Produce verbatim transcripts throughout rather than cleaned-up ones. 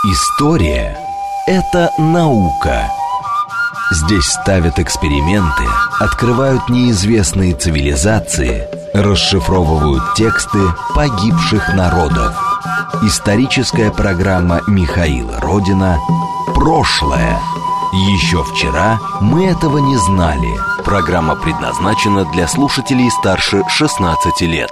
История – это наука. Здесь ставят эксперименты, открывают неизвестные цивилизации, расшифровывают тексты погибших народов. Историческая программа Михаила Родина «Прошлое». Еще вчера мы этого не знали. Программа предназначена для слушателей старше шестнадцати лет.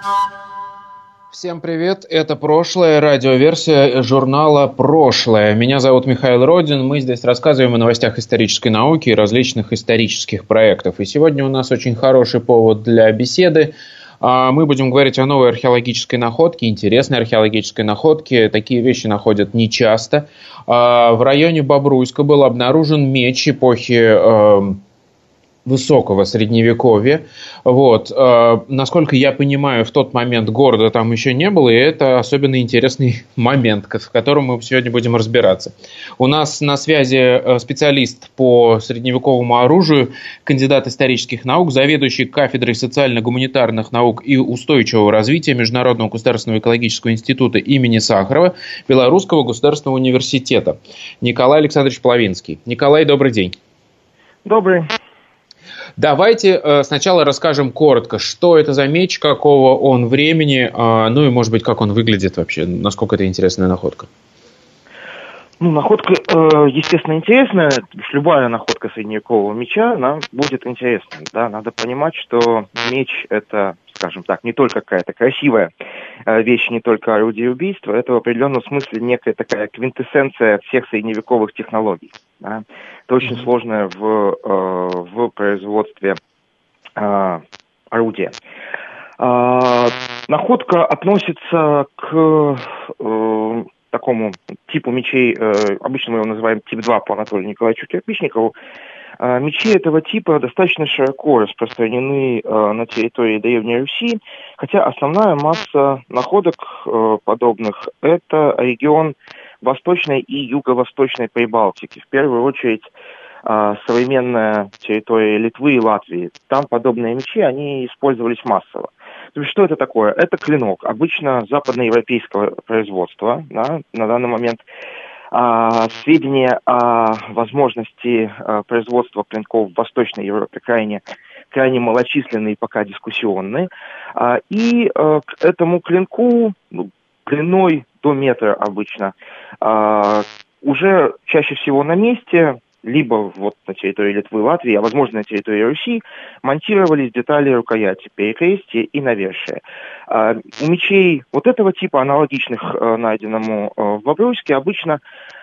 Всем привет, это «Прошлое», радиоверсия журнала «Прошлое». Меня зовут Михаил Родин, мы здесь рассказываем о новостях исторической науки и различных исторических проектов. И сегодня у нас очень хороший повод для беседы. Мы будем говорить о новой археологической находке, интересной археологической находке. Такие вещи находят нечасто. В районе Бобруйска был обнаружен меч эпохи высокого средневековья. Вот. Насколько я понимаю, в тот момент города там еще не было, и это особенно интересный момент, в котором мы сегодня будем разбираться. У нас на связи специалист по средневековому оружию, кандидат исторических наук, заведующий кафедрой социально-гуманитарных наук и устойчивого развития Международного государственного экологического института имени Сахарова Белорусского государственного университета Николай Александрович Половинский. Николай, добрый день. Добрый. Давайте э, сначала расскажем коротко, что это за меч, какого он времени, э, ну и, может быть, как он выглядит вообще, насколько это интересная находка. Ну, находка, э, естественно, интересная. Любая находка средневекового меча, она будет интересной. Да? Надо понимать, что меч – это, скажем так, не только какая-то красивая э, вещь, не только орудие убийства, это в определенном смысле некая такая квинтэссенция всех средневековых технологий. Да? Это очень mm-hmm. сложное в, э, в производстве э, орудия. Э, находка относится к э, такому типу мечей, э, обычно мы его называем тип два по Анатолию Николаевичу Кирпичникову. Э, мечи этого типа достаточно широко распространены э, на территории Древней Руси, хотя основная масса находок э, подобных – это регион Восточной и Юго-Восточной Прибалтики. В первую очередь э, современная территория Литвы и Латвии. Там подобные мечи, они использовались массово. То есть что это такое? Это клинок, обычно западноевропейского производства. Да, на данный момент а, сведения о возможности а, производства клинков в Восточной Европе крайне, крайне малочисленны и пока дискуссионны. А, и а, к этому клинку, ну, длиной до метра обычно, а, уже чаще всего на месте, либо вот на территории Литвы и Латвии, а возможно на территории Руси, монтировались детали рукояти, перекрестия и навершия. Uh, у мечей вот этого типа, аналогичных uh, найденному uh, в Бобруйске, обычно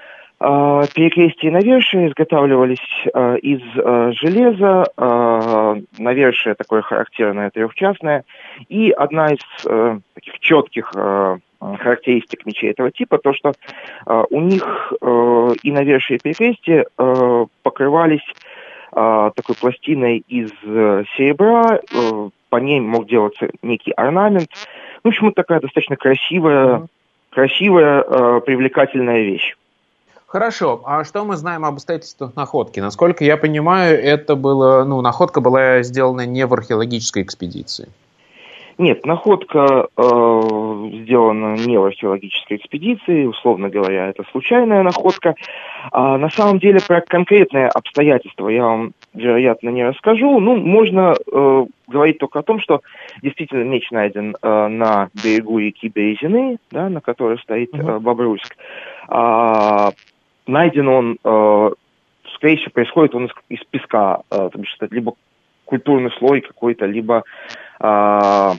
uh, перекрестия и навершия изготавливались uh, из uh, железа, uh, навершие такое характерное трехчастное, и одна из uh, таких четких uh, характеристик мечей этого типа, то, что э, у них э, и навершие, и перекрестия э, покрывались э, такой пластиной из э, серебра, э, по ней мог делаться некий орнамент. В общем, это такая достаточно красивая, mm-hmm. красивая, э, привлекательная вещь. Хорошо, а что мы знаем об обстоятельствах находки? Насколько я понимаю, это было, ну, находка была сделана не в археологической экспедиции. Нет, находка э, сделана не в археологической экспедиции, условно говоря, это случайная находка. А на самом деле про конкретные обстоятельства я вам, вероятно, не расскажу. Ну, можно э, говорить только о том, что действительно меч найден э, на берегу реки Березины, да, на которой стоит э, Бобруйск. А, найден он, э, скорее всего, происходит он из, из песка, э, то есть это либо культурный слой какой-то, либо э,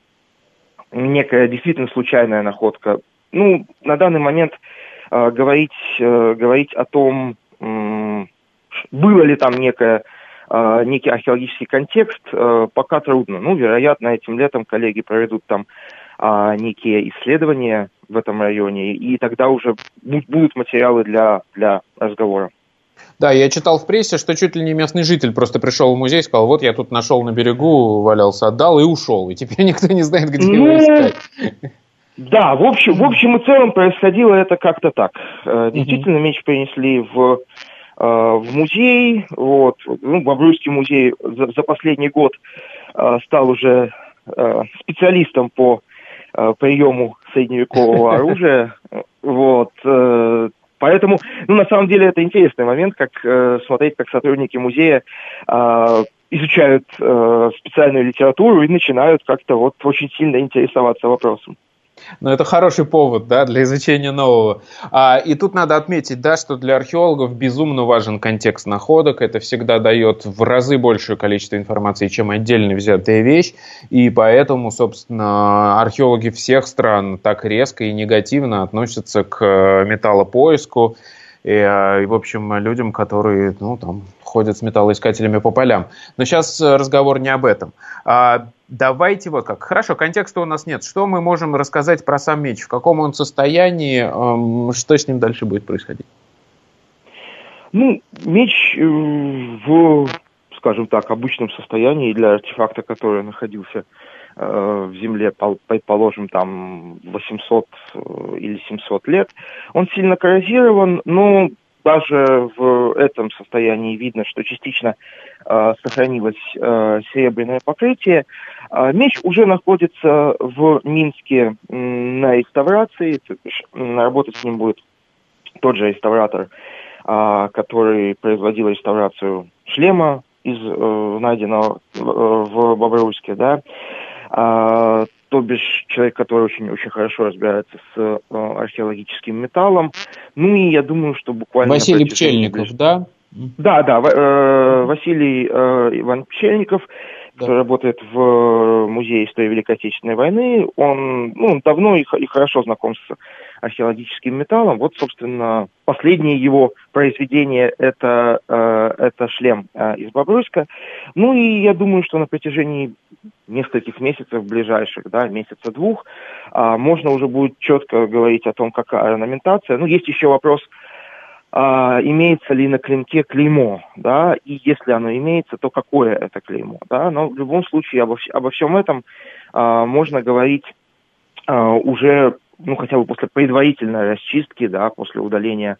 некая действительно случайная находка. Ну, на данный момент э, говорить, э, говорить о том, э, было ли там некое, э, некий археологический контекст, э, пока трудно. Ну, вероятно, этим летом коллеги проведут там э, некие исследования в этом районе, и тогда уже будут материалы для, для разговора. Да, я читал в прессе, что чуть ли не местный житель просто пришел в музей и сказал, вот я тут нашел на берегу, валялся, отдал и ушел. И теперь никто не знает, где ну, его искать. Да, в общем, в общем и целом происходило это как-то так. Действительно, меч принесли в, в музей. Вот. Ну, Бобруйский музей за, за последний год стал уже специалистом по приему средневекового оружия. Вот. Поэтому, ну, на самом деле, это интересный момент, как смотреть, как сотрудники музея изучают специальную литературу и начинают как-то вот очень сильно интересоваться вопросом. Ну, это хороший повод, да, для изучения нового. А, и тут надо отметить, да, что для археологов безумно важен контекст находок. Это всегда дает в разы большее количество информации, чем отдельно взятая вещь. И поэтому, собственно, археологи всех стран так резко и негативно относятся к металлопоиску. И, и, в общем, людям, которые, ну, там, ходят с металлоискателями по полям. Но сейчас разговор не об этом. А, давайте вот как. Хорошо, контекста у нас нет. Что мы можем рассказать про сам меч? В каком он состоянии? Эм, что с ним дальше будет происходить? Ну, меч э, в, скажем так, обычном состоянии для артефакта, который находился в земле, предположим, там восемьсот или семьсот лет, он сильно коррозирован, но даже в этом состоянии видно, что частично э, сохранилось э, серебряное покрытие. Э, меч уже находится в Минске э, на реставрации, работать с ним будет тот же реставратор, э, который производил реставрацию шлема, из э, найденного э, в Бобруйске, да. А, то бишь человек, который очень-очень хорошо разбирается с э, археологическим металлом. Ну и я думаю, что буквально... Василий Пчельников, ближ... да? Да, да, э, Василий э, Иван Пчельников, да, который работает в Музее истории Великой Отечественной войны. Он, ну, давно и, и хорошо знаком с археологическим металлом. Вот, собственно, последнее его произведение это, э, это шлем э, из Бобруйска. Ну и я думаю, что на протяжении нескольких месяцев ближайших, да, месяца двух, э, можно уже будет четко говорить о том, какая орнаментация. Ну, есть еще вопрос, э, имеется ли на клинке клеймо, да, и если оно имеется, то какое это клеймо, да. Но в любом случае обо, обо всем этом э, можно говорить э, уже, ну, хотя бы после предварительной расчистки, да, после удаления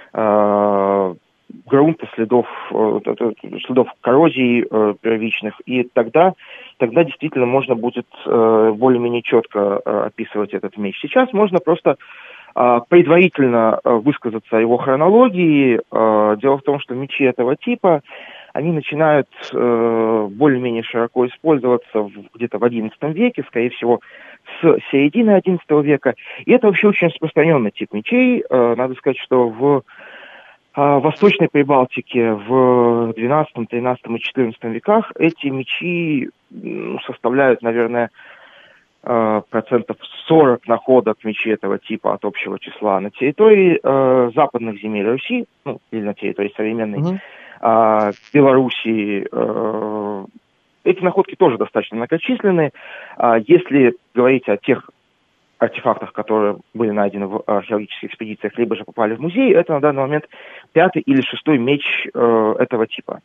э, грунта, следов, э, следов коррозии э, первичных, и тогда, тогда действительно можно будет э, более-менее четко э, описывать этот меч. Сейчас можно просто э, предварительно э, высказаться о его хронологии. Э, дело в том, что мечи этого типа, они начинают э, более-менее широко использоваться в, где-то в одиннадцатом веке, скорее всего, с середины одиннадцатого века. И это вообще очень распространенный тип мечей. Э, надо сказать, что в э, Восточной Прибалтике в двенадцатом, тринадцатом и четырнадцатом веках эти мечи ну, составляют, наверное, э, процентов сорок находок мечей этого типа от общего числа. На территории э, западных земель Руси, ну, или на территории современной mm-hmm. э, Белоруссии, э, эти находки тоже достаточно многочисленны. Если говорить о тех артефактах, которые были найдены в археологических экспедициях, либо же попали в музей, это на данный момент пятый или шестой меч э, этого типа.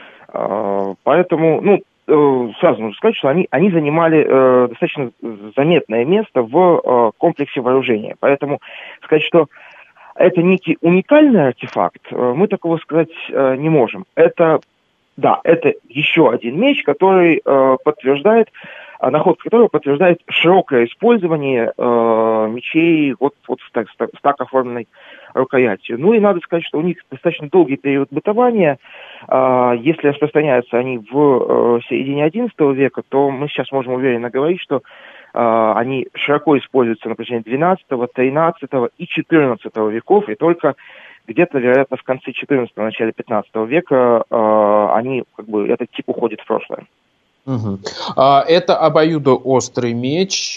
Э, поэтому, ну, э, сразу нужно сказать, что они, они занимали э, достаточно заметное место в э, комплексе вооружения. Поэтому сказать, что это некий уникальный артефакт, э, мы такого сказать э, не можем. Это Да, это еще один меч, который э, подтверждает, э, находка которого подтверждает широкое использование э, мечей вот, вот с, так, с так оформленной рукоятью. Ну и надо сказать, что у них достаточно долгий период бытования. Э, если распространяются они в э, середине одиннадцатого века, то мы сейчас можем уверенно говорить, что э, они широко используются на протяжении двенадцатого, тринадцатого и четырнадцатого веков, и только где-то, вероятно, в конце четырнадцатого, начале пятнадцатого века э, они, как бы, этот тип уходит в прошлое. Угу. Это обоюдоострый меч.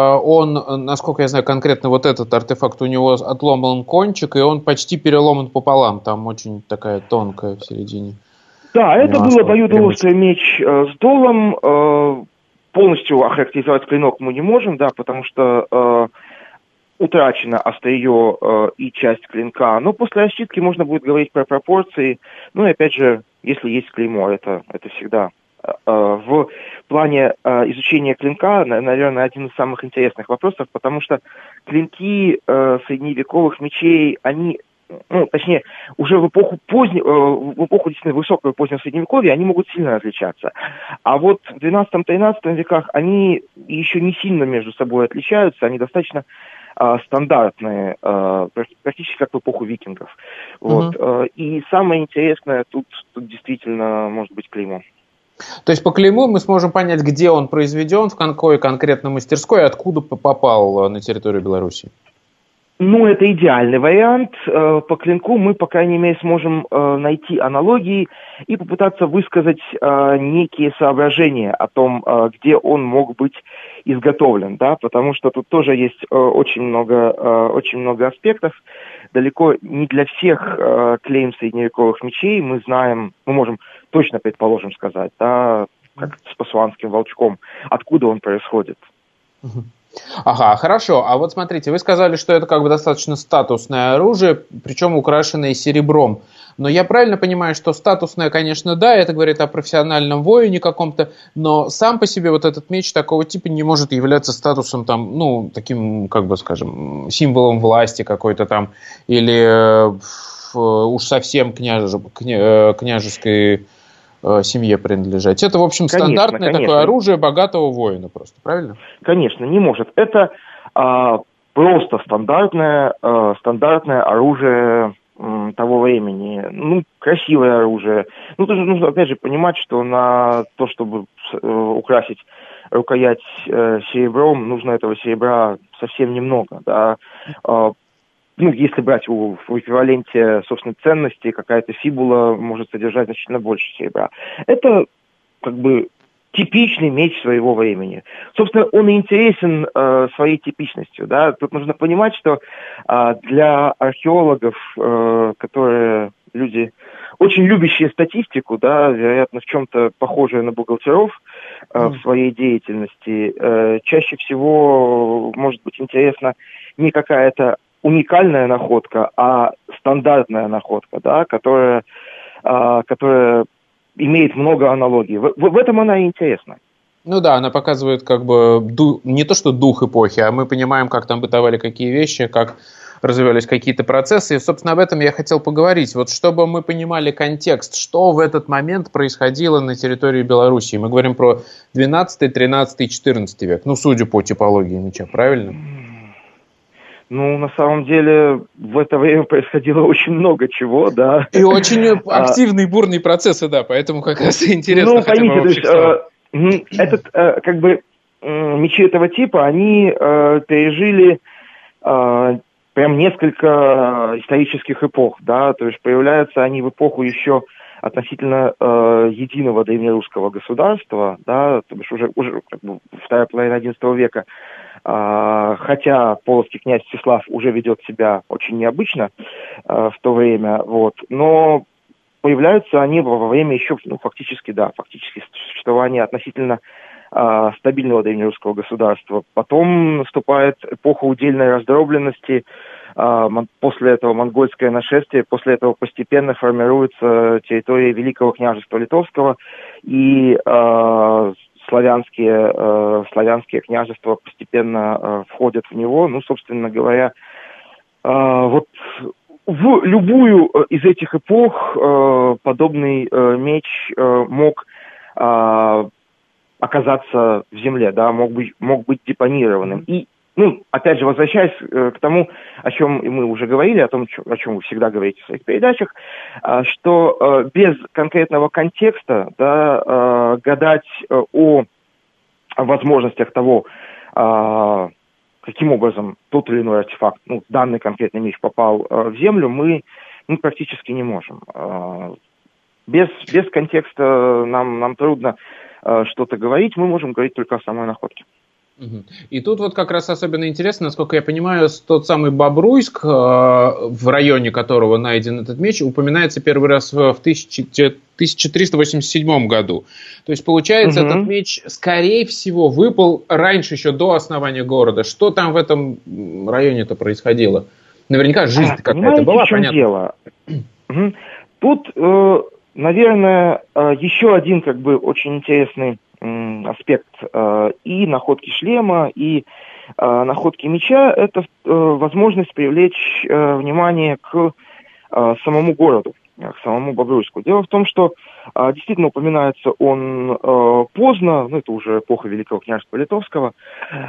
Он, насколько я знаю, конкретно вот этот артефакт, у него отломан кончик, и он почти переломан пополам. Там очень такая тонкая в середине. Да, это был обоюдоострый меч с долом. Полностью охарактеризовать клинок мы не можем, да, потому что утрачено острие э, и часть клинка, но после расчистки можно будет говорить про пропорции. Ну и опять же, если есть клеймо, это, это всегда э, в плане э, изучения клинка, наверное, один из самых интересных вопросов, потому что клинки э, средневековых мечей, они, ну, точнее, уже в эпоху позднего, э, в эпоху действительно высокого позднего средневековья они могут сильно различаться. А вот в двенадцатом-тринадцатом веках они еще не сильно между собой отличаются, они достаточно стандартные, практически как в эпоху викингов. Вот. Uh-huh. И самое интересное, тут, тут действительно может быть клеймо. То есть по клейму мы сможем понять, где он произведен, в какой конкретно мастерской, откуда попал на территорию Беларуси? Ну, это идеальный вариант. По клинку мы, по крайней мере, сможем найти аналогии и попытаться высказать некие соображения о том, где он мог быть изготовлен, да, потому что тут тоже есть очень много, очень много аспектов. Далеко не для всех клейм средневековых мечей мы знаем, мы можем точно, предположим, сказать, да, как с пасуанским волчком, откуда он происходит. Ага, хорошо. А вот смотрите, вы сказали, что это как бы достаточно статусное оружие, причем украшенное серебром. Но я правильно понимаю, что статусное, конечно, да, это говорит о профессиональном воине каком-то, но сам по себе вот этот меч такого типа не может являться статусом там, ну, таким, как бы скажем, символом власти какой-то там, или э, уж совсем княж, кня, княжеской э, семье принадлежать. Это, в общем, конечно, стандартное конечно. такое оружие богатого воина просто, правильно? Конечно, не может. Это э, просто стандартное, э, стандартное оружие того времени. Ну, красивое оружие. Ну, тоже нужно, опять же, понимать, что на то, чтобы э, украсить рукоять э, серебром, нужно этого серебра совсем немного, да. Э, ну, если брать в, в эквиваленте, собственно, ценности, какая-то фибула может содержать значительно больше серебра. Это, как бы, типичный меч своего времени. Собственно, он и интересен э, своей типичностью. Да? Тут нужно понимать, что э, для археологов, э, которые люди, очень любящие статистику, да, вероятно, в чем-то похожие на бухгалтеров э, mm. в своей деятельности, э, чаще всего может быть интересна не какая-то уникальная находка, а стандартная находка, да, которая, э, которая имеет много аналогий. В, в, в этом она и интересна. Ну да, она показывает как бы ду, не то что дух эпохи, а мы понимаем, как там бытовали какие вещи, как развивались какие-то процессы. И, собственно, об этом я хотел поговорить. Вот чтобы мы понимали контекст, что в этот момент происходило на территории Белоруссии. Мы говорим про двенадцатый, тринадцатый, четырнадцатый век. Ну, судя по типологии меча, правильно? Ну, на самом деле, в это время происходило очень много чего, да. И очень активные, бурные процессы, да, поэтому как раз интересно. Ну, поймите, то есть, э, этот, э, как бы, э, мечи этого типа, они э, пережили э, прям несколько исторических эпох, да, то есть появляются они в эпоху еще относительно э, единого древнерусского государства, да, то есть уже, уже как бы, вторая половина одиннадцатого века, э, хотя полоцкий князь Всеслав уже ведет себя очень необычно э, в то время, вот, но появляются они во время еще, ну, фактически, да, фактически существования относительно э, стабильного древнерусского государства. Потом наступает эпоха удельной раздробленности. После этого монгольское нашествие, после этого постепенно формируется территория Великого княжества Литовского, и э, славянские, э, славянские княжества постепенно э, входят в него. Ну, собственно говоря, э, вот в любую из этих эпох э, подобный э, меч э, мог э, оказаться в земле, да, мог быть, мог быть депонированным. И ну, опять же, возвращаясь э, к тому, о чем мы уже говорили, о том, о чем вы всегда говорите в своих передачах, э, что э, без конкретного контекста, да, э, гадать э, о, о возможностях того, э, каким образом тот или иной артефакт, ну, данный конкретный меч попал э, в землю, мы, мы практически не можем. Э, без, без контекста нам, нам трудно э, что-то говорить, мы можем говорить только о самой находке. И тут вот как раз особенно интересно, насколько я понимаю, тот самый Бобруйск, в районе которого найден этот меч, упоминается первый раз в тысяча триста восемьдесят седьмом году. То есть, получается, угу. этот меч, скорее всего, выпал раньше, еще до основания города. Что там в этом районе-то происходило? Наверняка жизнь а, какая-то была, в чем понятно. Дело? Угу. Тут, э, наверное, еще один как бы очень интересный аспект э, и находки шлема, и э, находки меча – это э, возможность привлечь э, внимание к э, самому городу, к самому Бобруйску. Дело в том, что э, действительно упоминается он э, поздно, ну это уже эпоха Великого княжества Литовского,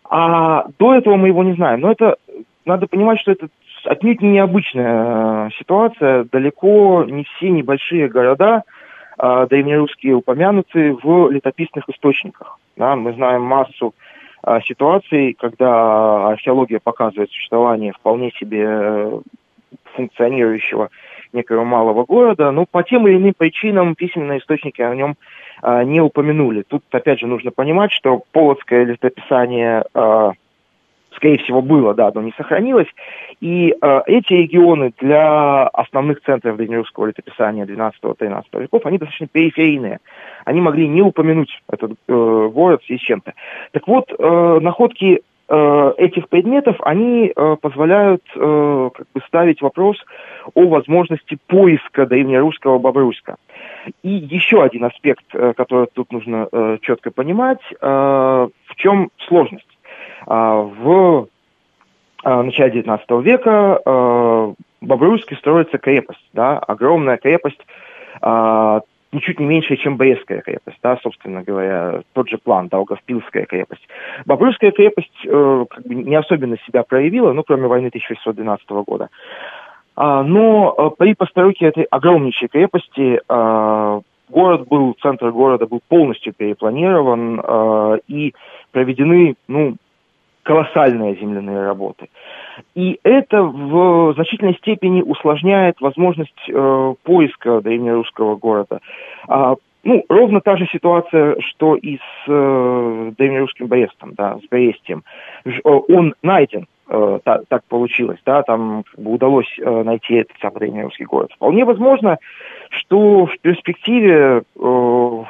А до этого мы его не знаем. Но это надо понимать, что это отнюдь не необычная ситуация. Далеко не все небольшие города э, древнерусские упомянуты в летописных источниках. Да, мы знаем массу э, ситуаций, когда археология показывает существование вполне себе функционирующего некого малого города, но по тем или иным причинам письменные источники о нем э, не упомянули. Тут, опять же, нужно понимать, что полоцкое летописание, э, скорее всего, было, да, но не сохранилось, и э, эти регионы для основных центров древнерусского летописания двенадцатого-тринадцатого веков, они достаточно периферийные. Они могли не упомянуть этот э, город в связи с чем-то. Так вот, э, находки этих предметов, они э, позволяют э, как бы ставить вопрос о возможности поиска древнерусского Бобруйска. И еще один аспект, э, который тут нужно э, четко понимать, э, в чем сложность. Э, в э, начале девятнадцатого века э, в Бобруйске строится крепость, да, огромная крепость, э, ничуть не меньше, чем Брестская крепость, да, собственно говоря, тот же план, Даугавпилская крепость. Бобруйская крепость э, как бы не особенно себя проявила, ну, кроме войны тысяча шестьсот двенадцатого года. А, но э, при постройке этой огромнейшей крепости э, город был, центр города был полностью перепланирован э, и проведены, ну, колоссальные земляные работы. И это в значительной степени усложняет возможность э, поиска древнерусского города. А, ну, ровно та же ситуация, что и с э, древнерусским Брестом, да, с Брестием. Он найден, э, та, так получилось, да, там как бы удалось э, найти этот самый древнерусский город. Вполне возможно, что в перспективе э,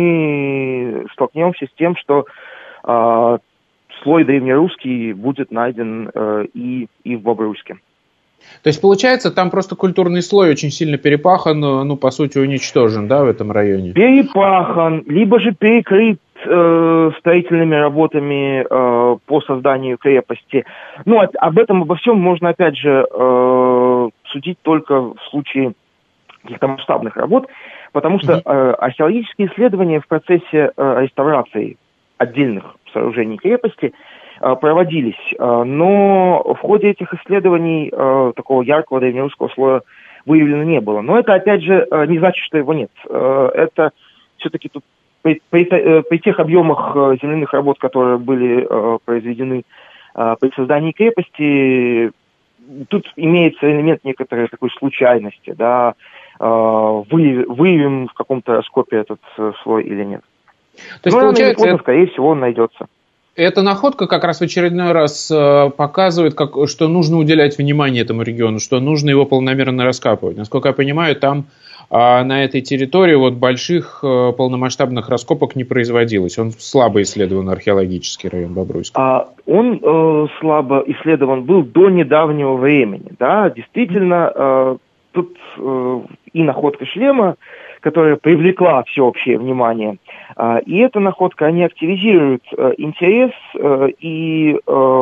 мы столкнемся с тем, что э, слой древнерусский будет найден э, и, и в Бобруйске. То есть, получается, там просто культурный слой очень сильно перепахан, ну, по сути, уничтожен, да, в этом районе? Перепахан, либо же перекрыт э, строительными работами э, по созданию крепости. Ну, от, об этом, обо всем можно, опять же, э, судить только в случае каких-то масштабных работ, потому что э, археологические исследования в процессе э, реставрации отдельных сооружений крепости э, проводились, э, но в ходе этих исследований э, такого яркого древнерусского слоя выявлено не было. Но это, опять же, э, не значит, что его нет. Э, это все-таки тут при, при, э, при тех объемах э, земляных работ, которые были э, произведены э, при создании крепости, тут имеется элемент некоторой такой случайности, да, э, выявим, выявим в каком-то раскопе этот э, слой или нет. То есть, ну, получается, это, скорее всего, он найдется. Эта находка как раз в очередной раз э, показывает, как, что нужно уделять внимание этому региону, что нужно его полномерно раскапывать. Насколько я понимаю, там э, на этой территории вот больших э, полномасштабных раскопок не производилось. Он слабо исследован, археологический район Бобруйска. А, он э, слабо исследован был до недавнего времени. Да? Действительно, э, тут э, и находка шлема, которая привлекла всеобщее внимание. И эта находка, они активизируют интерес, и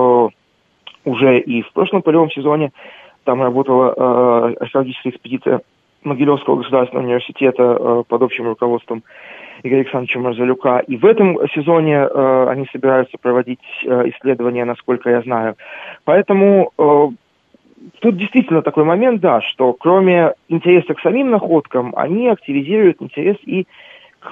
уже и в прошлом полевом сезоне там работала археологическая экспедиция Могилевского государственного университета под общим руководством Игоря Александровича Марзалюка. И в этом сезоне они собираются проводить исследования, насколько я знаю. Поэтому тут действительно такой момент, да, что кроме интереса к самим находкам, они активизируют интерес и к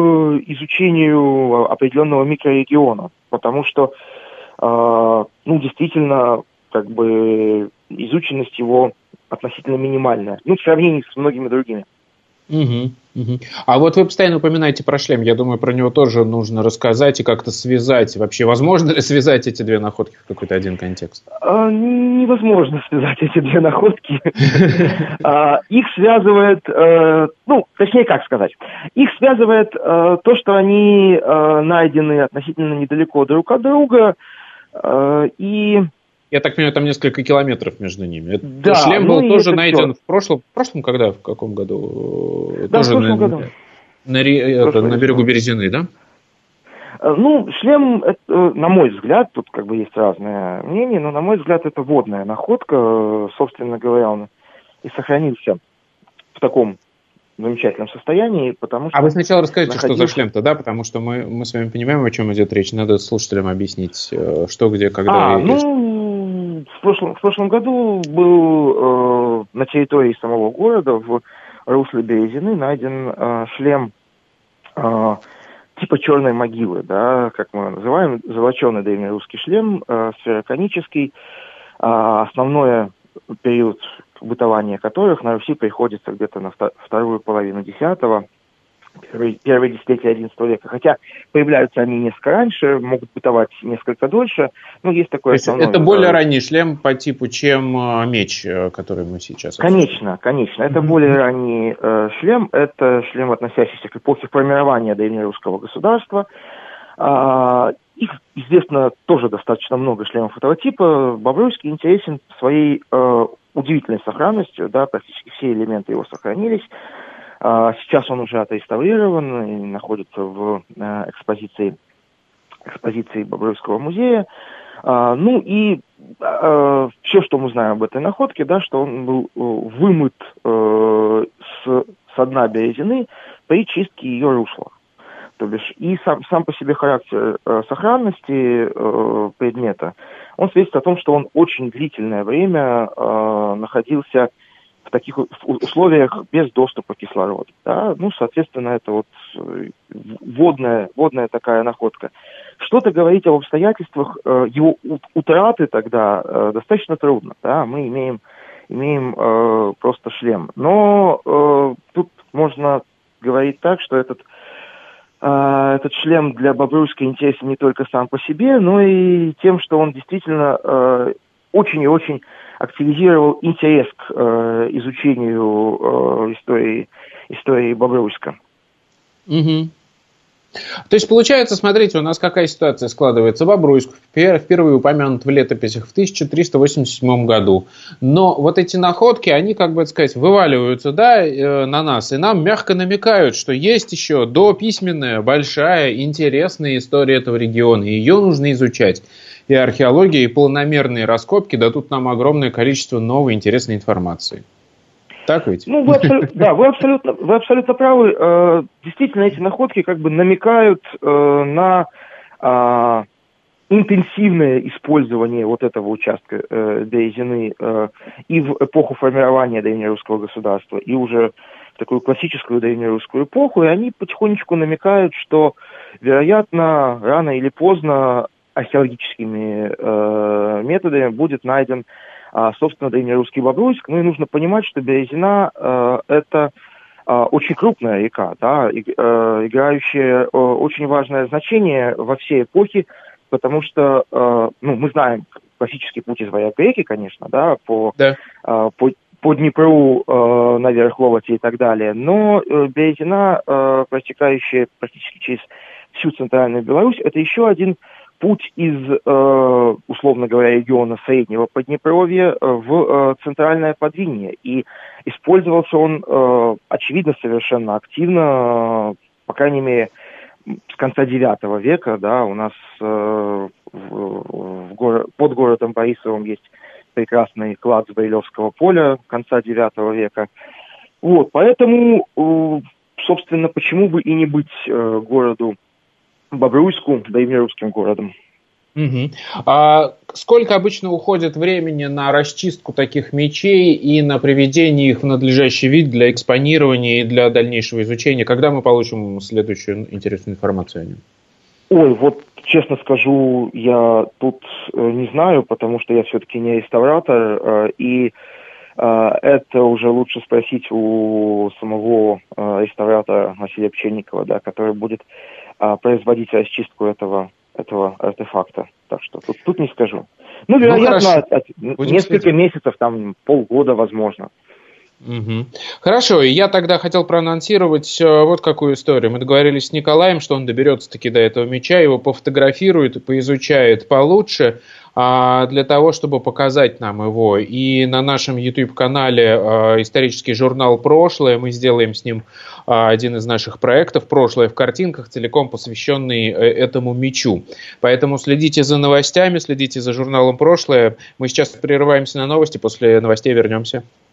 изучению определенного микрорегиона, потому что, э, ну, действительно, как бы изученность его относительно минимальная, ну, в сравнении с многими другими. Угу, угу. А вот вы постоянно упоминаете про шлем. Я думаю, про него тоже нужно рассказать и как-то связать. Вообще, возможно ли связать эти две находки в какой-то один контекст? А, невозможно связать эти две находки. Их связывает, ну, точнее, как сказать, их связывает то, что они найдены относительно недалеко друг от друга, и... Я так понимаю, там несколько километров между ними. Это да, шлем ну был тоже найден все. в прошлом, в прошлом когда? В каком году? Да, тоже в прошлом на, году. На, это, на берегу Березины, да? Ну, шлем, это, на мой взгляд, тут как бы есть разные мнения, но на мой взгляд это водная находка. Собственно говоря, он и сохранился в таком замечательном состоянии, потому что... А вы сначала расскажите, находился... что за шлем-то, да, потому что мы, мы с вами понимаем, о чем идет речь. Надо слушателям объяснить, что, где, когда... А, и... ну, в прошлом, в прошлом году был э, на территории самого города в русле Березины найден э, шлем э, типа черной могилы, да, как мы его называем, золоченый древнерусский шлем, э, сфероконический, э, основное период бытования которых на Руси приходится где-то на вторую половину десятого, первые, первые десятилетия одиннадцатого века. Хотя появляются они несколько раньше, могут бытовать несколько дольше. Но есть такое основное... Это более ранний шлем по типу, чем меч, который мы сейчас обсуждаем. Конечно, конечно. Это mm-hmm. более ранний э, шлем. Это шлем, относящийся к эпохе формирования древнерусского государства. А, их известно тоже достаточно много шлемов этого типа. Бобруйский интересен своей э, удивительной сохранностью, да, практически все элементы его сохранились. А, сейчас он уже отреставрирован и находится в э, экспозиции, экспозиции Бобруйского музея. А, ну и э, все, что мы знаем об этой находке, да, что он был э, вымыт э, с, со дна Березины при чистке ее русла. То бишь, и сам, сам по себе характер э, сохранности э, предмета, он свидетельствует о том, что он очень длительное время э, находился в таких условиях без доступа к кислороду. Да? Ну, соответственно, это вот водная, водная такая находка. Что-то говорить об обстоятельствах э, его утраты тогда э, достаточно трудно. Да? Мы имеем, имеем э, просто шлем. Но э, тут можно говорить так, что этот Этот шлем для Бобруйска интересен не только сам по себе, но и тем, что он действительно э, очень и очень активизировал интерес к э, изучению э, истории, истории Бобруйска. Угу. То есть, получается, смотрите, у нас какая ситуация складывается. Бобруйск впервые упомянут в летописях в тысяча триста восемьдесят седьмом году. Но вот эти находки, они, как бы сказать, вываливаются, да, на нас. И нам мягко намекают, что есть еще дописьменная, большая, интересная история этого региона. И ее нужно изучать. И археология, и планомерные раскопки дадут нам огромное количество новой интересной информации. Так ведь? Ну, вы абсолютно, да, вы абсолютно, вы абсолютно правы. Э, действительно, эти находки как бы намекают э, на э, интенсивное использование вот этого участка э, Березины э, и в эпоху формирования древнерусского государства, и уже в такую классическую древнерусскую эпоху, и они потихонечку намекают, что, вероятно, рано или поздно археологическими э, методами будет найден А, собственно, древнерусский Бобруйск. Ну и нужно понимать, что Березина э, это э, очень крупная река, да, и, э, играющая э, очень важное значение во всей эпохе, потому что, э, ну, мы знаем классический путь из Варяг к реке, конечно, да, по, да. Э, по, по Днепру э, наверх Ловати и так далее, но э, Березина, э, протекающая практически через всю центральную Беларусь, это еще один путь из, э, условно говоря, региона Среднего Поднепровья в э, центральное Подвинье. И использовался он, э, очевидно, совершенно активно, э, по крайней мере, с конца девятого века. Да, у нас э, в, в горо- под городом Борисовым есть прекрасный клад с Брилевского поля конца девятого века. Вот, поэтому, э, собственно, почему бы и не быть э, городу Бобруйску, древнерусским городом. Угу. А сколько обычно уходит времени на расчистку таких мечей и на приведение их в надлежащий вид для экспонирования и для дальнейшего изучения? Когда мы получим следующую интересную информацию о нем? Ой, вот честно скажу, я тут э, не знаю, потому что я все-таки не реставратор, э, и э, это уже лучше спросить у самого э, реставратора Василия Пчельникова, да, который будет производить расчистку этого, этого артефакта. Так что тут, тут не скажу. Ну, вероятно, ну, от, от, несколько следить. месяцев, там, полгода, возможно. Угу. Хорошо, и я тогда хотел проанонсировать вот какую историю. Мы договорились с Николаем, что он доберется-таки до этого меча, его пофотографирует, поизучает получше, для того, чтобы показать нам его. И на нашем YouTube-канале исторический журнал «Прошлое» мы сделаем с ним один из наших проектов «Прошлое в картинках», целиком посвященный этому мечу. Поэтому следите за новостями, следите за журналом «Прошлое». Мы сейчас прерываемся на новости, после новостей вернемся.